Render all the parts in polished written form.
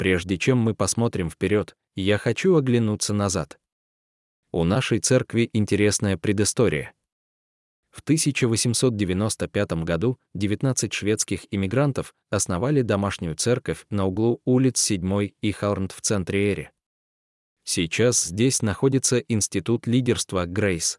Прежде чем мы посмотрим вперед, я хочу оглянуться назад. У нашей церкви интересная предыстория. В 1895 году 19 шведских иммигрантов основали домашнюю церковь на углу улиц 7 и Харнт в центре Эри. Сейчас здесь находится институт лидерства Грейс.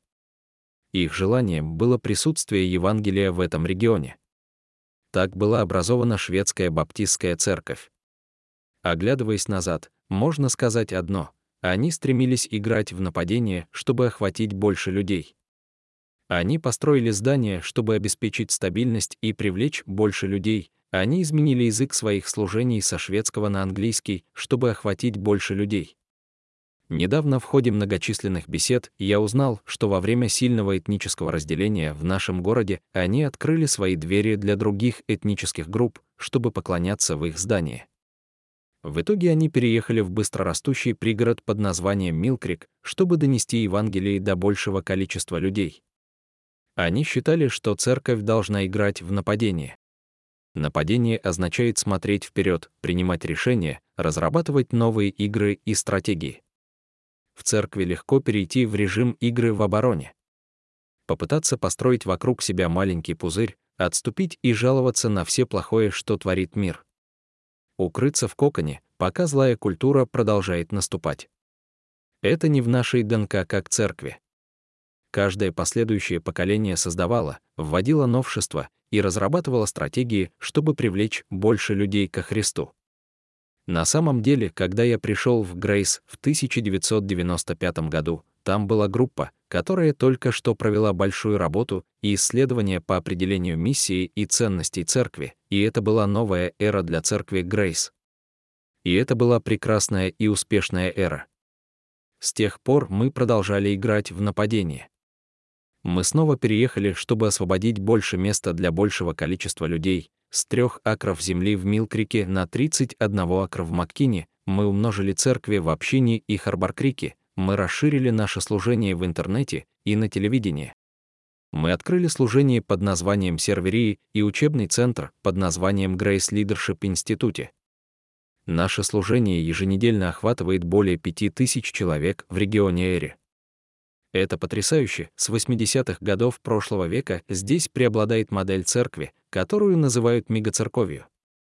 Их желанием было присутствие Евангелия в этом регионе. Так была образована шведская баптистская церковь. Оглядываясь назад, можно сказать одно: они стремились играть в нападение, чтобы охватить больше людей. Они построили здание, чтобы обеспечить стабильность и привлечь больше людей. Они изменили язык своих служений со шведского на английский, чтобы охватить больше людей. Недавно в ходе многочисленных бесед я узнал, что во время сильного этнического разделения в нашем городе они открыли свои двери для других этнических групп, чтобы поклоняться в их здании. В итоге они переехали в быстрорастущий пригород под названием Милкрик, чтобы донести Евангелие до большего количества людей. Они считали, что церковь должна играть в нападение. Нападение означает смотреть вперед, принимать решения, разрабатывать новые игры и стратегии. В церкви легко перейти в режим игры в обороне. Попытаться построить вокруг себя маленький пузырь, отступить и жаловаться на все плохое, что творит мир. Укрыться в коконе, пока злая культура продолжает наступать. Это не в нашей ДНК как церкви. Каждое последующее поколение создавало, вводило новшества и разрабатывало стратегии, чтобы привлечь больше людей ко Христу. На самом деле, когда я пришел в Грейс в 1995 году, там была группа, которая только что провела большую работу и исследования по определению миссии и ценностей церкви, и это была новая эра для церкви Грейс. И это была прекрасная и успешная эра. С тех пор мы продолжали играть в нападение. Мы снова переехали, чтобы освободить больше места для большего количества людей. С 3 акров земли в Милкрике на 31 акр в Маккине мы умножили церкви в общине и Харбор-Крике, мы расширили наше служение в интернете и на телевидении. Мы открыли служение под названием Серверии и учебный центр под названием Grace Leadership Institute. Наше служение еженедельно охватывает более 5000 человек в регионе Эри. Это потрясающе. С 80-х годов прошлого века здесь преобладает модель церкви, которую называют мегацерковью.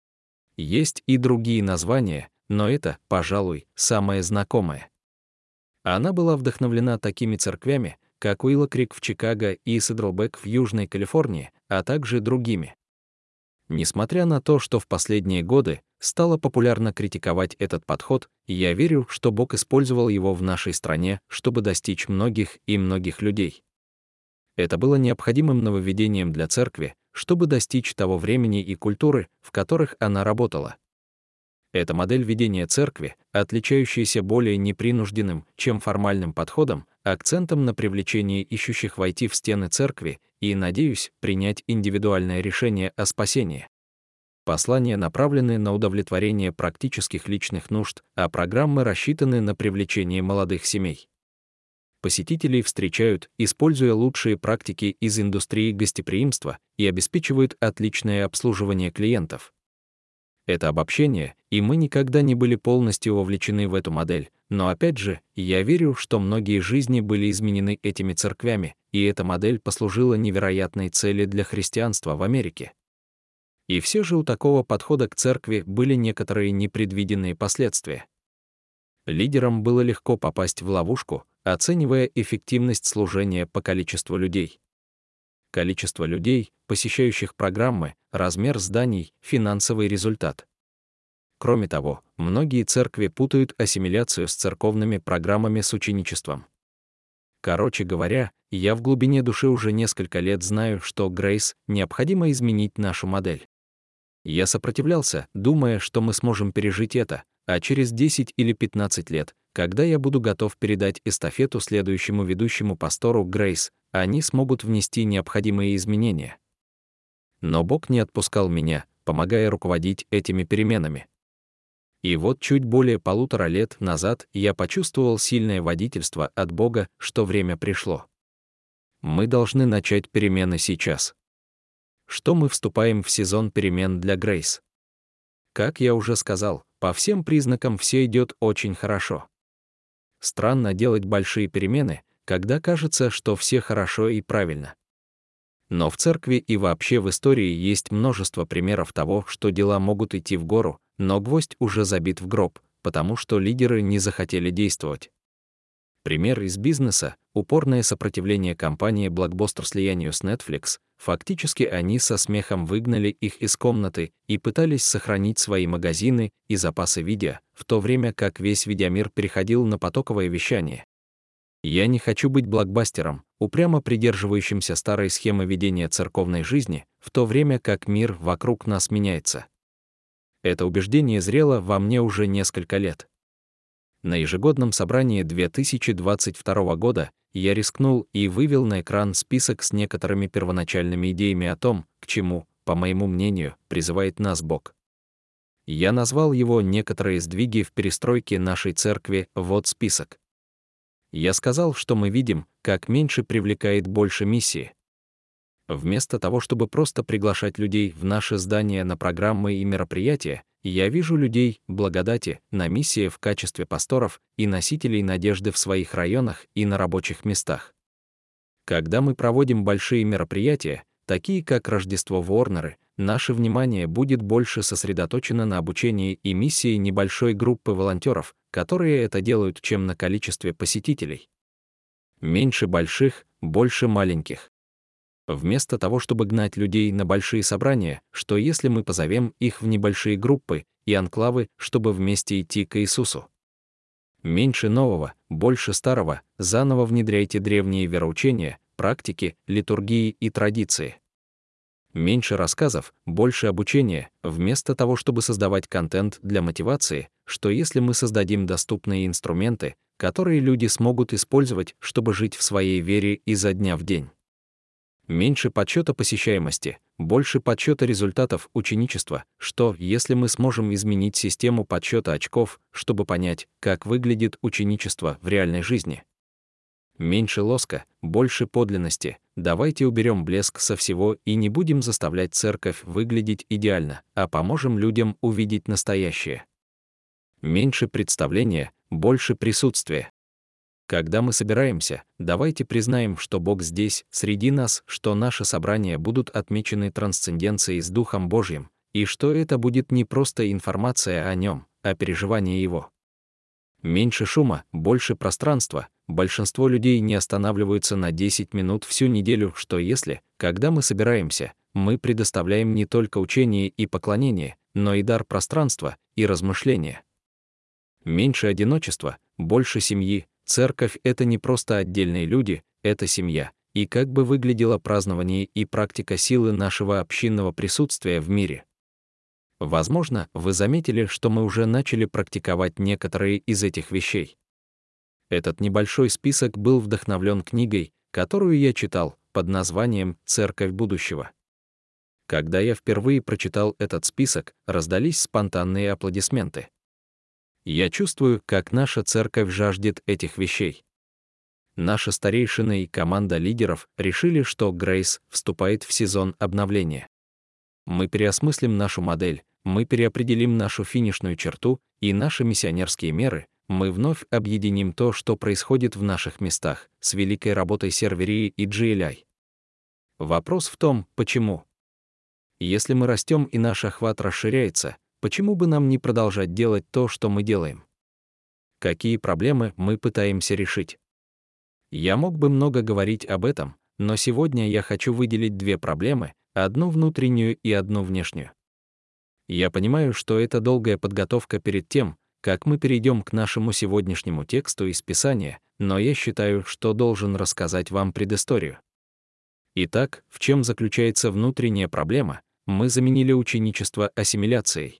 Есть и другие названия, но это, пожалуй, самое знакомое. Она была вдохновлена такими церквями, как Уилло-Крик в Чикаго и Седлбек в Южной Калифорнии, а также другими. Несмотря на то, что в последние годы стало популярно критиковать этот подход, я верю, что Бог использовал его в нашей стране, чтобы достичь многих и многих людей. Это было необходимым нововведением для церкви, чтобы достичь того времени и культуры, в которых она работала. Это модель ведения церкви, отличающаяся более непринужденным, чем формальным подходом, акцентом на привлечении ищущих войти в стены церкви и, надеюсь, принять индивидуальное решение о спасении. Послания направлены на удовлетворение практических личных нужд, а программы рассчитаны на привлечение молодых семей. Посетителей встречают, используя лучшие практики из индустрии гостеприимства, и обеспечивают отличное обслуживание клиентов. Это обобщение, и мы никогда не были полностью вовлечены в эту модель, но опять же, я верю, что многие жизни были изменены этими церквями, и эта модель послужила невероятной цели для христианства в Америке. И все же у такого подхода к церкви были некоторые непредвиденные последствия. Лидерам было легко попасть в ловушку, оценивая эффективность служения по количеству людей. Количество людей, посещающих программы, размер зданий, финансовый результат. Кроме того, многие церкви путают ассимиляцию с церковными программами с ученичеством. Короче говоря, я в глубине души уже несколько лет знаю, что Грейс необходимо изменить нашу модель. Я сопротивлялся, думая, что мы сможем пережить это, а через 10 или 15 лет, когда я буду готов передать эстафету следующему ведущему пастору Грейс, они смогут внести необходимые изменения. Но Бог не отпускал меня, помогая руководить этими переменами. И вот чуть более 1,5 лет назад я почувствовал сильное водительство от Бога, что время пришло. Мы должны начать перемены сейчас. Что мы вступаем в сезон перемен для Грейс. Как я уже сказал, по всем признакам все идет очень хорошо. Странно делать большие перемены, когда кажется, что все хорошо и правильно. Но в церкви и вообще в истории есть множество примеров того, что дела могут идти в гору, но гвоздь уже забит в гроб, потому что лидеры не захотели действовать. Пример из бизнеса — упорное сопротивление компании Blockbuster слиянию с Netflix. Фактически они со смехом выгнали их из комнаты и пытались сохранить свои магазины и запасы видео, в то время как весь видеомир переходил на потоковое вещание. Я не хочу быть блокбастером, упрямо придерживающимся старой схемы ведения церковной жизни, в то время как мир вокруг нас меняется. Это убеждение зрело во мне уже несколько лет. На ежегодном собрании 2022 года я рискнул и вывел на экран список с некоторыми первоначальными идеями о том, к чему, по моему мнению, призывает нас Бог. Я назвал его «Некоторые сдвиги в перестройке нашей церкви». Вот список. Я сказал, что мы видим, как меньше привлекает больше миссии. Вместо того, чтобы просто приглашать людей в наше здание на программы и мероприятия, я вижу людей благодати на миссии в качестве пасторов и носителей надежды в своих районах и на рабочих местах. Когда мы проводим большие мероприятия, такие как Рождество Ворнеры, наше внимание будет больше сосредоточено на обучении и миссии небольшой группы волонтеров, которые это делают, чем на количестве посетителей. Меньше больших, больше маленьких. Вместо того, чтобы гнать людей на большие собрания, что если мы позовем их в небольшие группы и анклавы, чтобы вместе идти к Иисусу? Меньше нового, больше старого, заново внедряйте древние вероучения, практики, литургии и традиции. Меньше рассказов, больше обучения, вместо того, чтобы создавать контент для мотивации, что если мы создадим доступные инструменты, которые люди смогут использовать, чтобы жить в своей вере изо дня в день. Меньше подсчета посещаемости, больше подсчета результатов ученичества, что, если мы сможем изменить систему подсчета очков, чтобы понять, как выглядит ученичество в реальной жизни. Меньше лоска, больше подлинности, давайте уберем блеск со всего и не будем заставлять церковь выглядеть идеально, а поможем людям увидеть настоящее. Меньше представления, больше присутствия. Когда мы собираемся, давайте признаем, что Бог здесь, среди нас, что наши собрания будут отмечены трансценденцией с Духом Божьим, и что это будет не просто информация о Нем, а переживание Его. Меньше шума, больше пространства. Большинство людей не останавливаются на 10 минут всю неделю, что если, когда мы собираемся, мы предоставляем не только учение и поклонение, но и дар пространства и размышления. Меньше одиночества, больше семьи. Церковь — это не просто отдельные люди, это семья, и как бы выглядело празднование и практика силы нашего общинного присутствия в мире. Возможно, вы заметили, что мы уже начали практиковать некоторые из этих вещей. Этот небольшой список был вдохновлен книгой, которую я читал, под названием «Церковь будущего». Когда я впервые прочитал этот список, раздались спонтанные аплодисменты. Я чувствую, как наша церковь жаждет этих вещей. Наша старейшина и команда лидеров решили, что Грейс вступает в сезон обновления. Мы переосмыслим нашу модель, мы переопределим нашу финишную черту и наши миссионерские меры, мы вновь объединим то, что происходит в наших местах, с великой работой Серверии и GLI. Вопрос в том, почему. Если мы растем и наш охват расширяется, почему бы нам не продолжать делать то, что мы делаем? Какие проблемы мы пытаемся решить? Я мог бы много говорить об этом, но сегодня я хочу выделить две проблемы, одну внутреннюю и одну внешнюю. Я понимаю, что это долгая подготовка перед тем, как мы перейдем к нашему сегодняшнему тексту из Писания, но я считаю, что должен рассказать вам предысторию. Итак, в чем заключается внутренняя проблема? Мы заменили ученичество ассимиляцией.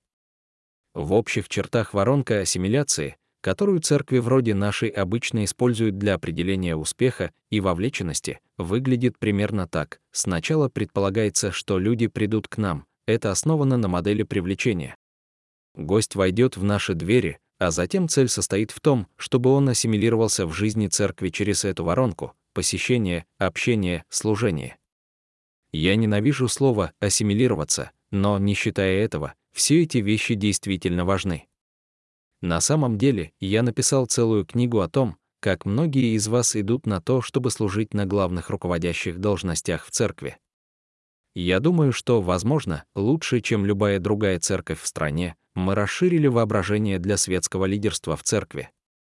В общих чертах воронка ассимиляции, которую церкви вроде нашей обычно используют для определения успеха и вовлеченности, выглядит примерно так. Сначала предполагается, что люди придут к нам. Это основано на модели привлечения. Гость войдет в наши двери, а затем цель состоит в том, чтобы он ассимилировался в жизни церкви через эту воронку: посещение, общение, служение. Я ненавижу слово «ассимилироваться», но, не считая этого, все эти вещи действительно важны. На самом деле, я написал целую книгу о том, как многие из вас идут на то, чтобы служить на главных руководящих должностях в церкви. Я думаю, что, возможно, лучше, чем любая другая церковь в стране, мы расширили воображение для светского лидерства в церкви.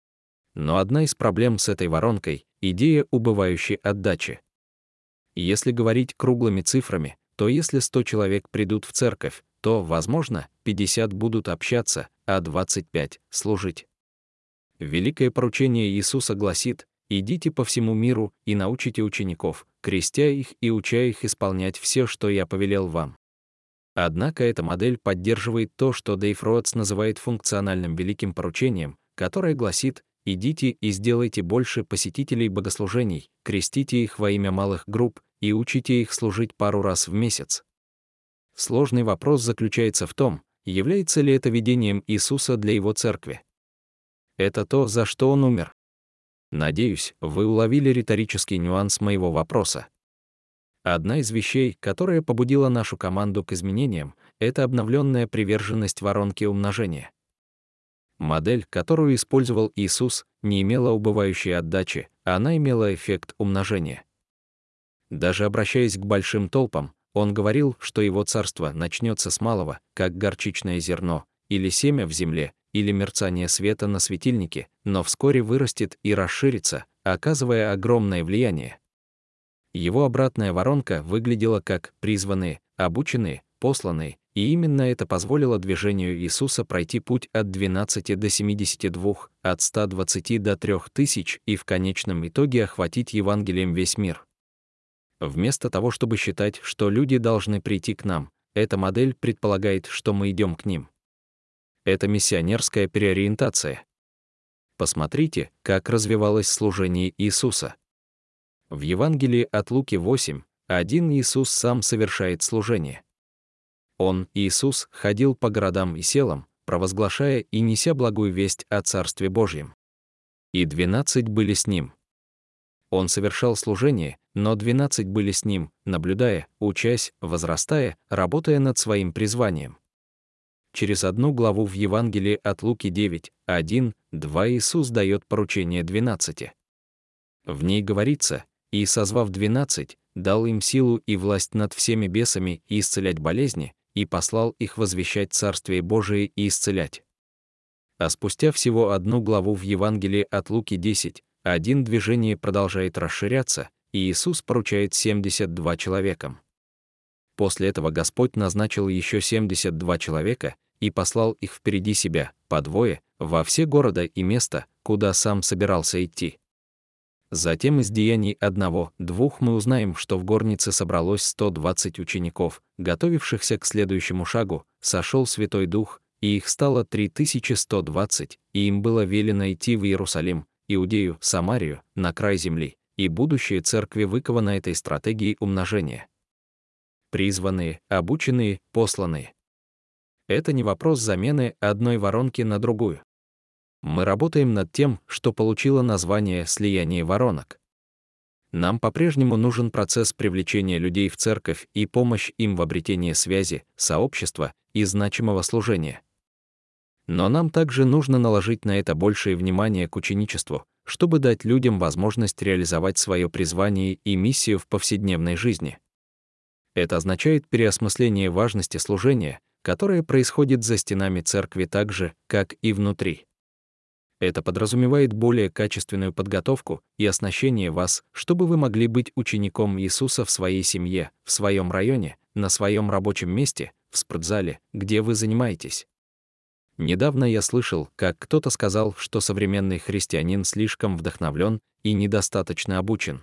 Но одна из проблем с этой воронкой — идея убывающей отдачи. Если говорить круглыми цифрами, то если 100 человек придут в церковь, то, возможно, 50 будут общаться, а 25 — служить. Великое поручение Иисуса гласит: «Идите по всему миру и научите учеников, крестя их и уча их исполнять все, что я повелел вам». Однако эта модель поддерживает то, что Дейв Роудс называет функциональным великим поручением, которое гласит: «Идите и сделайте больше посетителей богослужений, крестите их во имя малых групп и учите их служить пару раз в месяц». Сложный вопрос заключается в том, является ли это видением Иисуса для Его церкви. Это то, за что Он умер. Надеюсь, вы уловили риторический нюанс моего вопроса. Одна из вещей, которая побудила нашу команду к изменениям, это обновленная приверженность воронке умножения. Модель, которую использовал Иисус, не имела убывающей отдачи, она имела эффект умножения. Даже обращаясь к большим толпам, он говорил, что его царство начнется с малого, как горчичное зерно, или семя в земле, или мерцание света на светильнике, но вскоре вырастет и расширится, оказывая огромное влияние. Его обратная воронка выглядела как призванные, обученные, посланные, и именно это позволило движению Иисуса пройти путь от 12 до 72, от 120 до 3000 и в конечном итоге охватить Евангелием весь мир. Вместо того, чтобы считать, что люди должны прийти к нам, эта модель предполагает, что мы идем к ним. Это миссионерская переориентация. Посмотрите, как развивалось служение Иисуса. В Евангелии от Луки 8:1 Иисус сам совершает служение. Он, Иисус, ходил по городам и селам, провозглашая и неся благую весть о Царстве Божьем. И 12 были с ним. Он совершал служение, но 12 были с ним, наблюдая, учась, возрастая, работая над своим призванием. Через одну главу в Евангелии от Луки 9:1-2 Иисус дает поручение 12. В ней говорится: «И, созвав 12, дал им силу и власть над всеми бесами и исцелять болезни, и послал их возвещать Царствие Божие и исцелять». А спустя всего одну главу в Евангелии от Луки 10:1 движение продолжает расширяться, и Иисус поручает 72 человекам. После этого Господь назначил еще 72 человека и послал их впереди себя, по двое, во все города и места, куда сам собирался идти. Затем из Деяний 1-2 мы узнаем, что в горнице собралось 120 учеников, готовившихся к следующему шагу, сошел Святой Дух, и их стало 3120, и им было велено идти в Иерусалим, Иудею, Самарию, на край земли, и будущее церкви выковано этой стратегией умножения. Призванные, обученные, посланные. Это не вопрос замены одной воронки на другую. Мы работаем над тем, что получило название «слияние воронок». Нам по-прежнему нужен процесс привлечения людей в церковь и помощь им в обретении связи, сообщества и значимого служения. Но нам также нужно наложить на это большее внимание к ученичеству, чтобы дать людям возможность реализовать свое призвание и миссию в повседневной жизни. Это означает переосмысление важности служения, которое происходит за стенами церкви так же, как и внутри. Это подразумевает более качественную подготовку и оснащение вас, чтобы вы могли быть учеником Иисуса в своей семье, в своем районе, на своем рабочем месте, в спортзале, где вы занимаетесь. Недавно я слышал, как кто-то сказал, что современный христианин слишком вдохновлен и недостаточно обучен.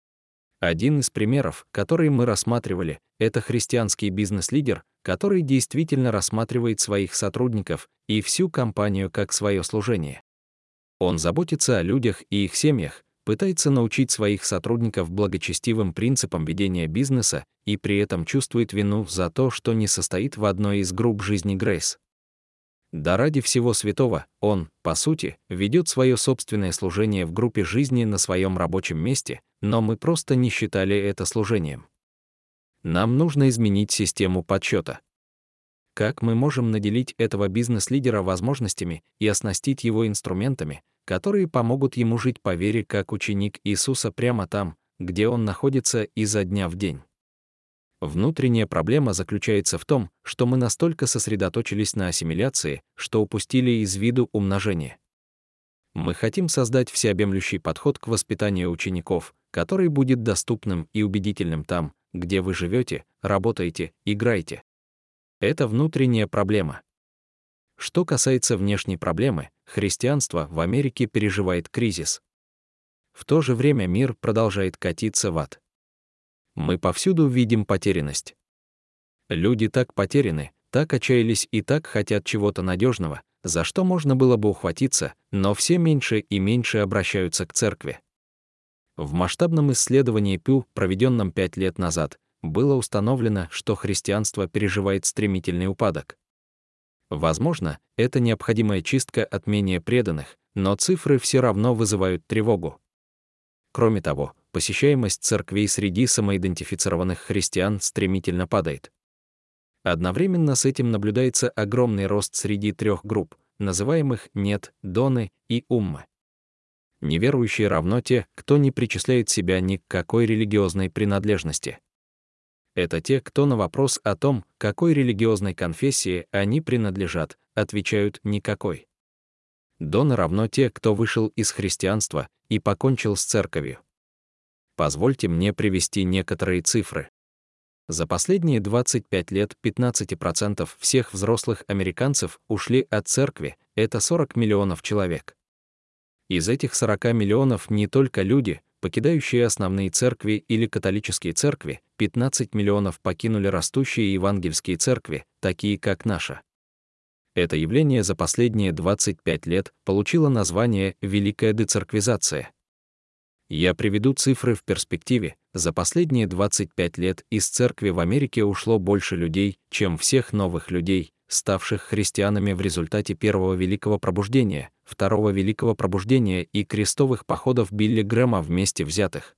Один из примеров, который мы рассматривали, это христианский бизнес-лидер, который действительно рассматривает своих сотрудников и всю компанию как свое служение. Он заботится о людях и их семьях, пытается научить своих сотрудников благочестивым принципам ведения бизнеса и при этом чувствует вину за то, что не состоит в одной из групп жизни Грейс. Да ради всего святого, он, по сути, ведет свое собственное служение в группе жизни на своем рабочем месте, но мы просто не считали это служением. Нам нужно изменить систему подсчета. как мы можем наделить этого бизнес-лидера возможностями и оснастить его инструментами, которые помогут ему жить по вере как ученик Иисуса прямо там, где он находится изо дня в день. Внутренняя проблема заключается в том, что мы настолько сосредоточились на ассимиляции, что упустили из виду умножение. Мы хотим создать всеобъемлющий подход к воспитанию учеников, который будет доступным и убедительным там, где вы живете, работаете, играете. Это внутренняя проблема. Что касается внешней проблемы, христианство в Америке переживает кризис. В то же время мир продолжает катиться в ад. Мы повсюду видим потерянность. Люди так потеряны, так отчаялись и так хотят чего-то надежного, за что можно было бы ухватиться, но все меньше и меньше обращаются к церкви. В масштабном исследовании Пью, проведенном 5 лет назад, было установлено, что христианство переживает стремительный упадок. Возможно, это необходимая чистка от менее преданных, но цифры все равно вызывают тревогу. Кроме того, посещаемость церквей среди самоидентифицированных христиан стремительно падает. Одновременно с этим наблюдается огромный рост среди 3 групп, называемых «нет», «доны» и «уммы». Неверующие равно те, кто не причисляет себя ни к какой религиозной принадлежности. Это те, кто на вопрос о том, какой религиозной конфессии они принадлежат, отвечают «никакой». Доны равно те, кто вышел из христианства и покончил с церковью. Позвольте мне привести некоторые цифры. За последние 25 лет 15% всех взрослых американцев ушли от церкви, это 40 миллионов человек. Из этих 40 миллионов не только люди, покидающие основные церкви или католические церкви, 15 миллионов покинули растущие евангельские церкви, такие как наша. Это явление за последние 25 лет получило название «Великая децерквизация». Я приведу цифры в перспективе. За последние 25 лет из церкви в Америке ушло больше людей, чем всех новых людей, ставших христианами в результате Первого Великого Пробуждения, Второго Великого Пробуждения и крестовых походов Билли Грэма вместе взятых.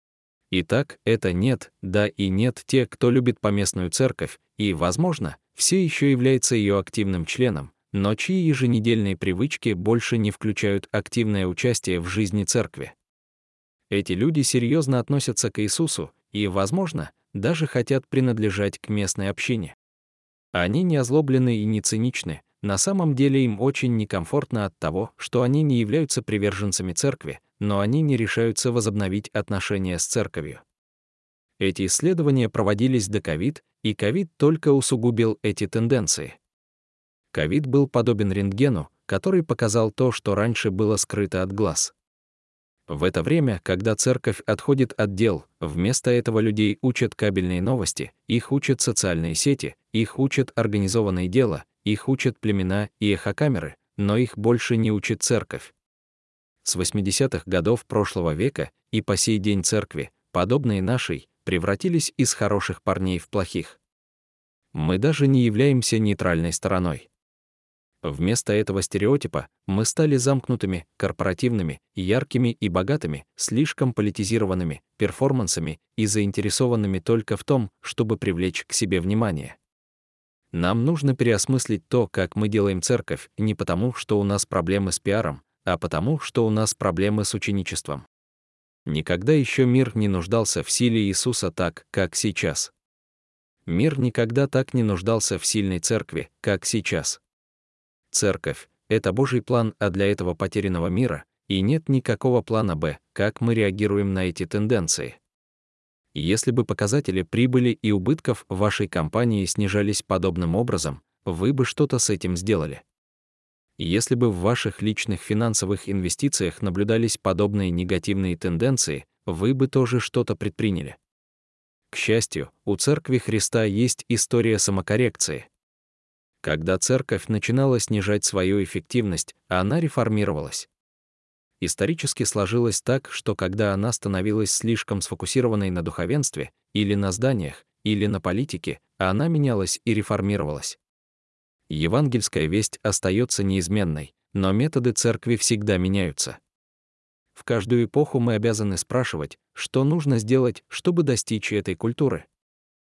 Итак, это нет, да и нет те, кто любит поместную церковь, и, возможно, все еще является ее активным членом, но чьи еженедельные привычки больше не включают активное участие в жизни церкви. Эти люди серьезно относятся к Иисусу и, возможно, даже хотят принадлежать к местной общине. Они не озлоблены и не циничны, на самом деле им очень некомфортно от того, что они не являются приверженцами церкви, но они не решаются возобновить отношения с церковью. Эти исследования проводились до ковид, и ковид только усугубил эти тенденции. Ковид был подобен рентгену, который показал то, что раньше было скрыто от глаз. В это время, когда церковь отходит от дел, вместо этого людей учат кабельные новости, их учат социальные сети, их учат организованное дело, их учат племена и эхокамеры, но их больше не учит церковь. С 80-х годов прошлого века и по сей день церкви, подобные нашей, превратились из хороших парней в плохих. Мы даже не являемся нейтральной стороной. Вместо этого стереотипа мы стали замкнутыми, корпоративными, яркими и богатыми, слишком политизированными, перформансами и заинтересованными только в том, чтобы привлечь к себе внимание. Нам нужно переосмыслить то, как мы делаем церковь, не потому, что у нас проблемы с пиаром, а потому, что у нас проблемы с ученичеством. Никогда еще мир не нуждался в силе Иисуса так, как сейчас. Мир никогда так не нуждался в сильной церкви, как сейчас. Церковь — это Божий план А для этого потерянного мира, и нет никакого плана Б, как мы реагируем на эти тенденции. Если бы показатели прибыли и убытков вашей компании снижались подобным образом, вы бы что-то с этим сделали. Если бы в ваших личных финансовых инвестициях наблюдались подобные негативные тенденции, вы бы тоже что-то предприняли. К счастью, у Церкви Христа есть история самокоррекции. Когда церковь начинала снижать свою эффективность, она реформировалась. Исторически сложилось так, что когда она становилась слишком сфокусированной на духовенстве, или на зданиях, или на политике, она менялась и реформировалась. Евангельская весть остается неизменной, но методы церкви всегда меняются. В каждую эпоху мы обязаны спрашивать, что нужно сделать, чтобы достичь этой культуры.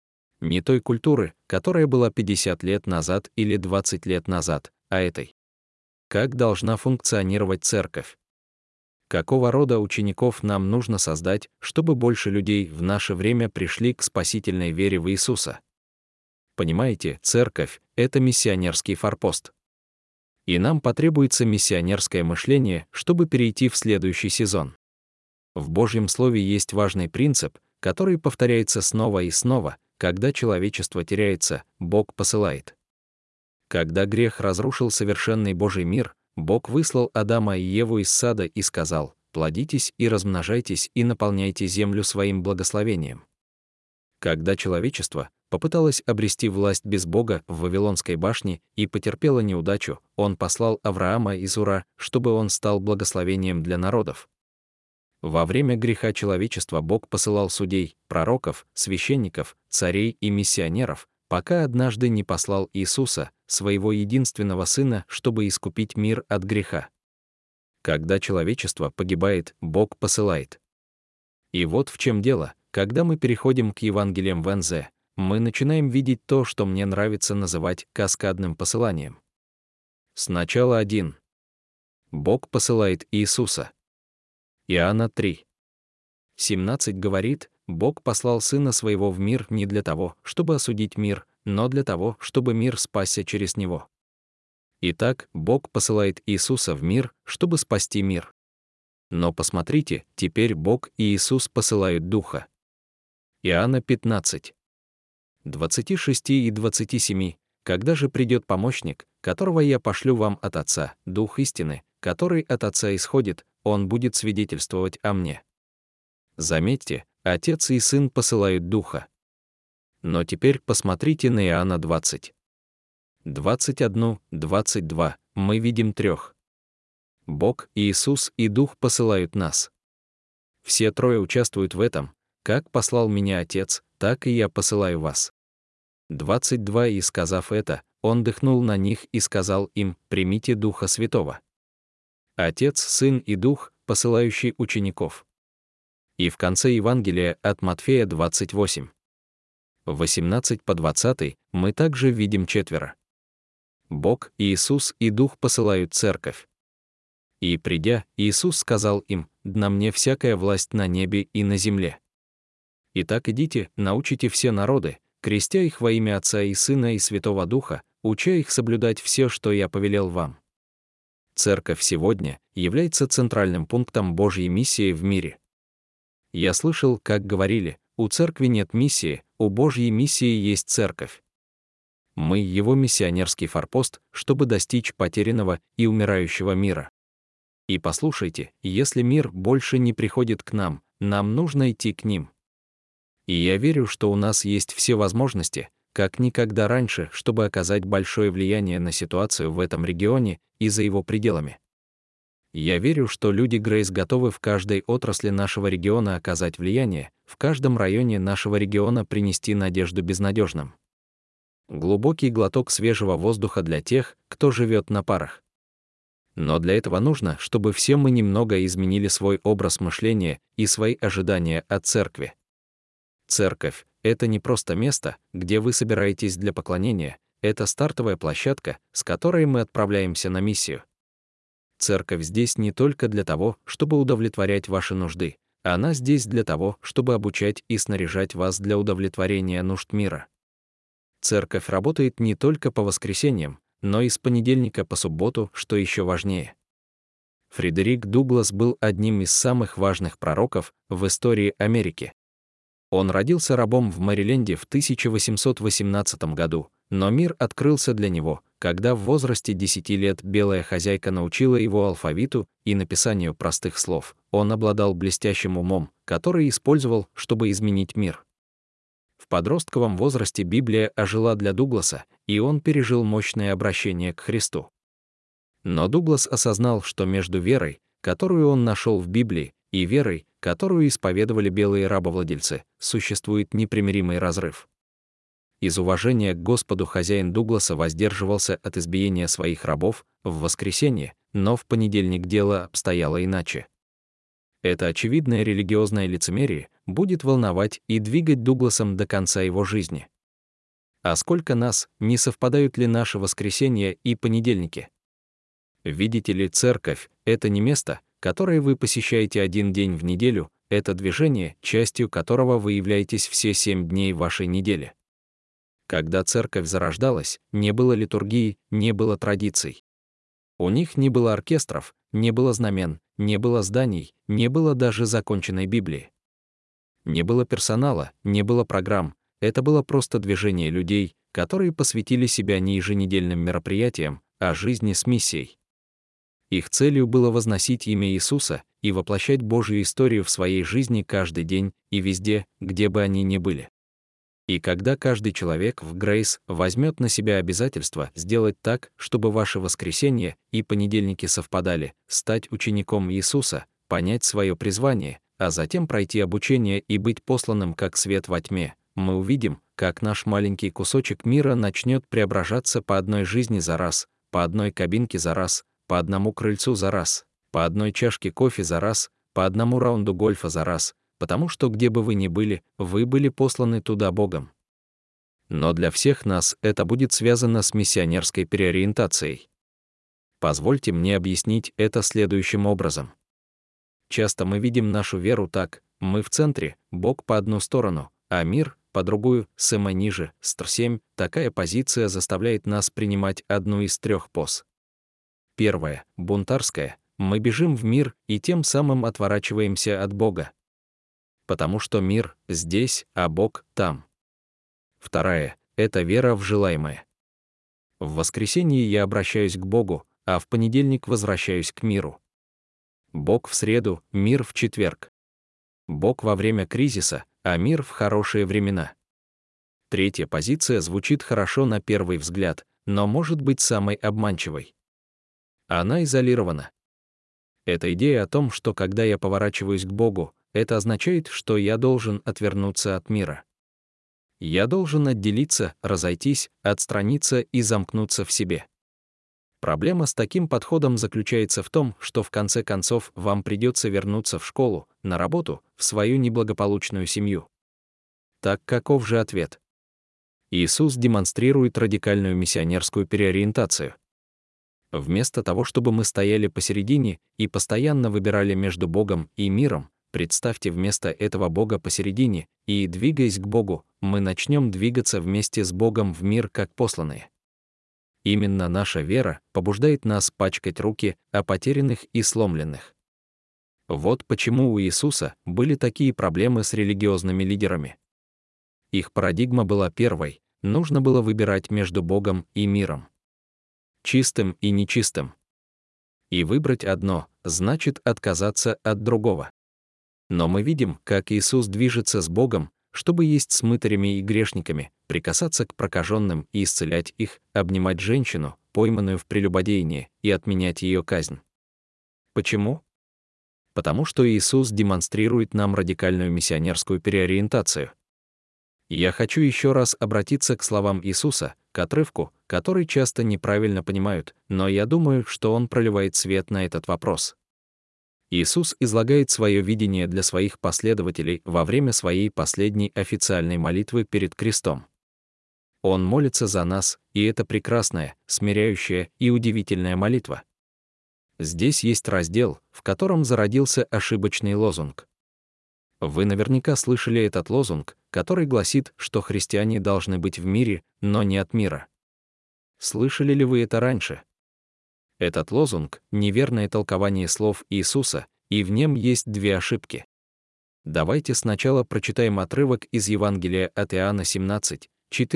Не той культуры, которая была 50 лет назад или 20 лет назад, а этой. Как должна функционировать церковь? Какого рода учеников нам нужно создать, чтобы больше людей в наше время пришли к спасительной вере в Иисуса? Понимаете, церковь — это миссионерский форпост. И нам потребуется миссионерское мышление, чтобы перейти в следующий сезон. В Божьем Слове есть важный принцип, который повторяется снова и снова: когда человечество теряется, Бог посылает. Когда грех разрушил совершенный Божий мир, Бог выслал Адама и Еву из сада и сказал: «Плодитесь и размножайтесь и наполняйте землю своим благословением». Когда человечество попыталось обрести власть без Бога в Вавилонской башне и потерпело неудачу, Он послал Авраама из Ура, чтобы он стал благословением для народов. Во время греха человечества Бог посылал судей, пророков, священников, царей и миссионеров, пока однажды не послал Иисуса, своего единственного Сына, чтобы искупить мир от греха. Когда человечество погибает, Бог посылает. И вот в чем дело: когда мы переходим к Евангелиям в НЗ, мы начинаем видеть то, что мне нравится называть каскадным посыланием. Сначала 1. Бог посылает Иисуса. Иоанна 3:17 говорит: «Бог послал Сына Своего в мир не для того, чтобы осудить мир, но для того, чтобы мир спасся через Него». Итак, Бог посылает Иисуса в мир, чтобы спасти мир. Но посмотрите, теперь Бог и Иисус посылают Духа. Иоанна 15:26 и 27. «Когда же придет помощник, которого я пошлю вам от Отца, Дух истины, который от Отца исходит, Он будет свидетельствовать о мне». Заметьте, Отец и Сын посылают Духа. Но теперь посмотрите на Иоанна 20:21-22, мы видим 3. Бог, Иисус и Дух посылают нас. Все трое участвуют в этом: «Как послал меня Отец, так и я посылаю вас». 22. «И сказав это, Он дыхнул на них и сказал им: примите Духа Святого». Отец, Сын и Дух, посылающий учеников. И в конце Евангелия от Матфея 28:18-20 мы также видим 4. Бог, Иисус и Дух посылают церковь. «И придя, Иисус сказал им: на мне всякая власть на небе и на земле. Итак, идите, научите все народы, крестя их во имя Отца и Сына и Святого Духа, уча их соблюдать все, что я повелел вам». Церковь сегодня является центральным пунктом Божьей миссии в мире. Я слышал, как говорили: у церкви нет миссии, у Божьей миссии есть церковь. Мы его миссионерский форпост, чтобы достичь потерянного и умирающего мира. И послушайте, если мир больше не приходит к нам, нам нужно идти к ним. И я верю, что у нас есть все возможности, как никогда раньше, чтобы оказать большое влияние на ситуацию в этом регионе и за его пределами. Я верю, что люди Грейс готовы в каждой отрасли нашего региона оказать влияние, в каждом районе нашего региона принести надежду безнадежным. Глубокий глоток свежего воздуха для тех, кто живет на парах. Но для этого нужно, чтобы все мы немного изменили свой образ мышления и свои ожидания от церкви. Церковь — это не просто место, где вы собираетесь для поклонения, это стартовая площадка, с которой мы отправляемся на миссию. Церковь здесь не только для того, чтобы удовлетворять ваши нужды, она здесь для того, чтобы обучать и снаряжать вас для удовлетворения нужд мира. Церковь работает не только по воскресеньям, но и с понедельника по субботу, что еще важнее. Фредерик Дуглас был одним из самых важных пророков в истории Америки. Он родился рабом в Мэриленде в 1818 году, но мир открылся для него, когда в возрасте 10 лет белая хозяйка научила его алфавиту и написанию простых слов. Он обладал блестящим умом, который использовал, чтобы изменить мир. В подростковом возрасте Библия ожила для Дугласа, и он пережил мощное обращение к Христу. Но Дуглас осознал, что между верой, которую он нашел в Библии, и верой, которую исповедовали белые рабовладельцы, существует непримиримый разрыв. Из уважения к Господу хозяин Дугласа воздерживался от избиения своих рабов в воскресенье, но в понедельник дело обстояло иначе. Это очевидное религиозное лицемерие будет волновать и двигать Дугласом до конца его жизни. А сколько нас, не совпадают ли наши воскресенья и понедельники? Видите ли, церковь — это не место, которое вы посещаете один день в неделю, это движение, частью которого вы являетесь все 7 дней вашей недели. Когда церковь зарождалась, не было литургии, не было традиций. У них не было оркестров, не было знамен, не было зданий, не было даже законченной Библии. Не было персонала, не было программ, это было просто движение людей, которые посвятили себя не еженедельным мероприятиям, а жизни с миссией. Их целью было возносить имя Иисуса и воплощать Божью историю в своей жизни каждый день и везде, где бы они ни были. И когда каждый человек в Грейс возьмет на себя обязательство сделать так, чтобы ваши воскресенья и понедельники совпадали, стать учеником Иисуса, понять свое призвание, а затем пройти обучение и быть посланным как свет во тьме, мы увидим, как наш маленький кусочек мира начнет преображаться по одной жизни за раз, по одной кабинке за раз, по одному крыльцу за раз, по одной чашке кофе за раз, по одному раунду гольфа за раз, потому что где бы вы ни были, вы были посланы туда Богом. Но для всех нас это будет связано с миссионерской переориентацией. Позвольте мне объяснить это следующим образом. Часто мы видим нашу веру так: мы в центре, Бог по одну сторону, а мир по другую, Сэма ниже, Стр 7. Такая позиция заставляет нас принимать одну из 3 поз. Первая, бунтарская, мы бежим в мир и тем самым отворачиваемся от Бога. Потому что мир здесь, а Бог там. Вторая — это вера в желаемое. В воскресенье я обращаюсь к Богу, а в понедельник возвращаюсь к миру. Бог в среду, мир в четверг. Бог во время кризиса, а мир в хорошие времена. Третья позиция звучит хорошо на первый взгляд, но может быть самой обманчивой. Она изолирована. Это идея о том, что когда я поворачиваюсь к Богу, это означает, что я должен отвернуться от мира. Я должен отделиться, разойтись, отстраниться и замкнуться в себе. Проблема с таким подходом заключается в том, что в конце концов вам придется вернуться в школу, на работу, в свою неблагополучную семью. Так каков же ответ? Иисус демонстрирует радикальную миссионерскую переориентацию. Вместо того, чтобы мы стояли посередине и постоянно выбирали между Богом и миром, представьте вместо этого Бога посередине, и, двигаясь к Богу, мы начнем двигаться вместе с Богом в мир как посланные. Именно наша вера побуждает нас пачкать руки о потерянных и сломленных. Вот почему у Иисуса были такие проблемы с религиозными лидерами. Их парадигма была первой: нужно было выбирать между Богом и миром, чистым и нечистым. И выбрать одно значит отказаться от другого. Но мы видим, как Иисус движется с Богом, чтобы есть с мытарями и грешниками, прикасаться к прокаженным и исцелять их, обнимать женщину, пойманную в прелюбодеянии, и отменять ее казнь. Почему? Потому что Иисус демонстрирует нам радикальную миссионерскую переориентацию. Я хочу еще раз обратиться к словам Иисуса, к отрывку, который часто неправильно понимают, но я думаю, что он проливает свет на этот вопрос. Иисус излагает свое видение для своих последователей во время своей последней официальной молитвы перед крестом. Он молится за нас, и это прекрасная, смиряющая и удивительная молитва. Здесь есть раздел, в котором зародился ошибочный лозунг. Вы наверняка слышали этот лозунг, который гласит, что христиане должны быть в мире, но не от мира. Слышали ли вы это раньше? Этот лозунг — неверное толкование слов Иисуса, и в нем есть 2 ошибки. Давайте сначала прочитаем отрывок из Евангелия от Иоанна 17,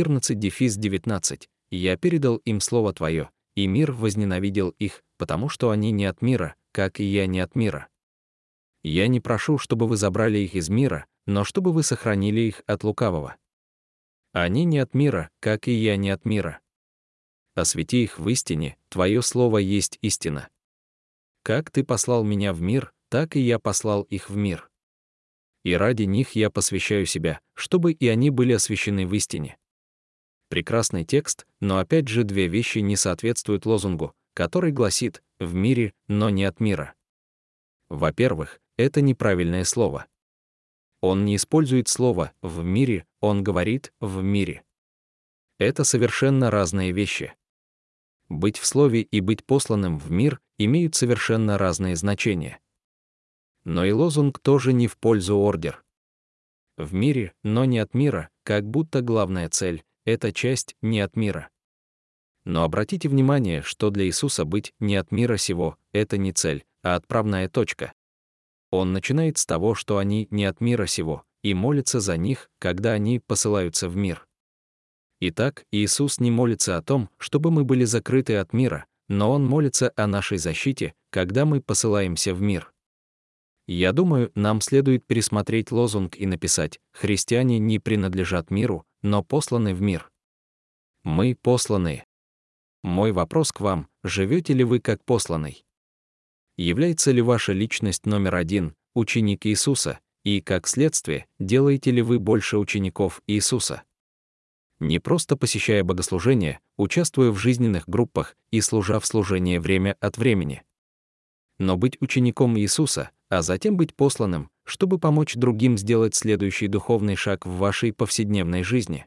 14-19. «Я передал им слово Твое, и мир возненавидел их, потому что они не от мира, как и я не от мира. Я не прошу, чтобы вы забрали их из мира, но чтобы вы сохранили их от лукавого. Они не от мира, как и я не от мира. Освети их в истине, Твое слово есть истина. Как Ты послал меня в мир, так и я послал их в мир. И ради них я посвящаю себя, чтобы и они были освящены в истине». Прекрасный текст, но опять же 2 вещи не соответствуют лозунгу, который гласит «в мире, но не от мира». Во-первых, это неправильное слово. Он не использует слово «в мире», он говорит «в мире». Это совершенно разные вещи. Быть в слове и быть посланным в мир имеют совершенно разные значения. Но и лозунг тоже не в пользу ордер. В мире, но не от мира, как будто главная цель — это часть не от мира. Но обратите внимание, что для Иисуса быть не от мира сего — это не цель, а отправная точка. Он начинает с того, что они не от мира сего, и молится за них, когда они посылаются в мир. Итак, Иисус не молится о том, чтобы мы были закрыты от мира, но Он молится о нашей защите, когда мы посылаемся в мир. Я думаю, нам следует пересмотреть лозунг и написать: «Христиане не принадлежат миру, но посланы в мир». Мы посланы. Мой вопрос к вам: живете ли вы как посланный? Является ли ваша личность номер один ученик Иисуса, и, как следствие, делаете ли вы больше учеников Иисуса? Не просто посещая богослужения, участвуя в жизненных группах и служа в служении время от времени. Но быть учеником Иисуса, а затем быть посланным, чтобы помочь другим сделать следующий духовный шаг в вашей повседневной жизни.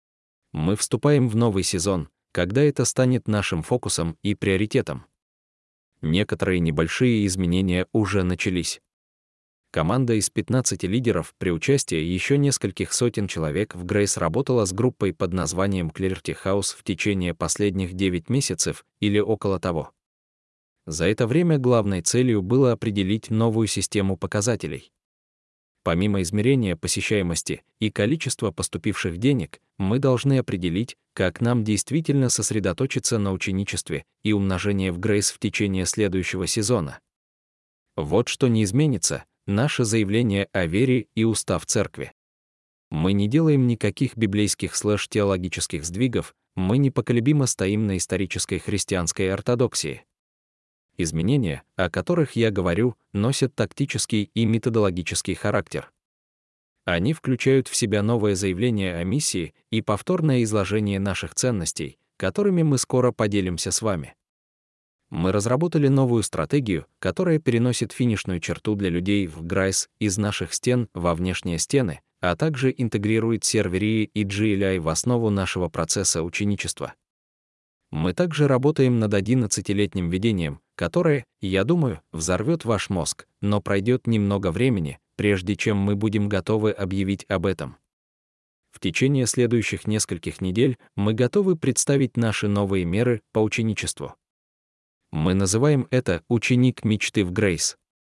Мы вступаем в новый сезон, когда это станет нашим фокусом и приоритетом. Некоторые небольшие изменения уже начались. Команда из 15 лидеров при участии еще нескольких сотен человек в Грейс работала с группой под названием Clarity House в течение последних 9 месяцев или около того. За это время главной целью было определить новую систему показателей. Помимо измерения посещаемости и количества поступивших денег, мы должны определить, как нам действительно сосредоточиться на ученичестве и умножении в Грейс в течение следующего сезона. Вот что не изменится: наше заявление о вере и устав церкви. Мы не делаем никаких библейских теологических сдвигов, мы непоколебимо стоим на исторической христианской ортодоксии. Изменения, о которых я говорю, носят тактический и методологический характер. Они включают в себя новое заявление о миссии и повторное изложение наших ценностей, которыми мы скоро поделимся с вами. Мы разработали новую стратегию, которая переносит финишную черту для людей в Грейс из наших стен во внешние стены, а также интегрирует серверии и GLI в основу нашего процесса ученичества. Мы также работаем над 11-летним видением, которое, я думаю, взорвет ваш мозг, но пройдет немного времени, прежде чем мы будем готовы объявить об этом. В течение следующих нескольких недель мы готовы представить наши новые меры по ученичеству. Мы называем это «ученик мечты в Грейс».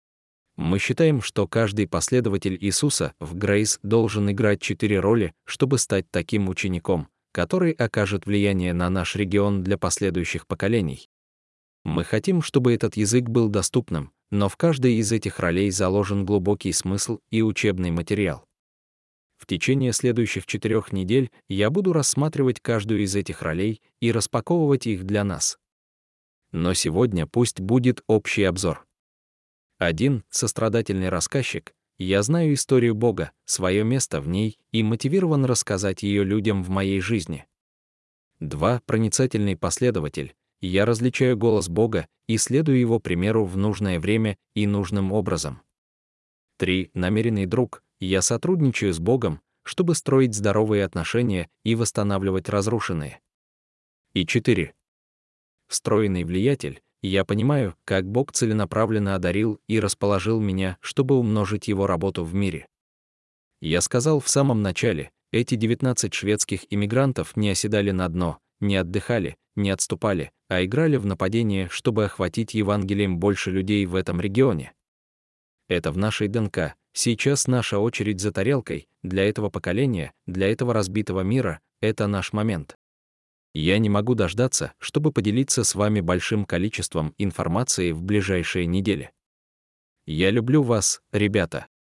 Мы считаем, что каждый последователь Иисуса в Грейс должен играть 4 роли, чтобы стать таким учеником, который окажет влияние на наш регион для последующих поколений. Мы хотим, чтобы этот язык был доступным, но в каждой из этих ролей заложен глубокий смысл и учебный материал. В течение следующих 4 недель я буду рассматривать каждую из этих ролей и распаковывать их для нас. Но сегодня пусть будет общий обзор. 1. Сострадательный рассказчик. Я знаю историю Бога, свое место в ней и мотивирован рассказать ее людям в моей жизни. 2. Проницательный последователь. Я различаю голос Бога и следую Его примеру в нужное время и нужным образом. 3. Намеренный друг. Я сотрудничаю с Богом, чтобы строить здоровые отношения и восстанавливать разрушенные. И 4. Встроенный влиятель. Я понимаю, как Бог целенаправленно одарил и расположил меня, чтобы умножить Его работу в мире. Я сказал в самом начале, эти 19 шведских иммигрантов не оседали на дно, не отдыхали, не отступали, а играли в нападение, чтобы охватить Евангелием больше людей в этом регионе. Это в нашей ДНК. Сейчас наша очередь за тарелкой, для этого поколения, для этого разбитого мира, это наш момент. Я не могу дождаться, чтобы поделиться с вами большим количеством информации в ближайшие недели. Я люблю вас, ребята.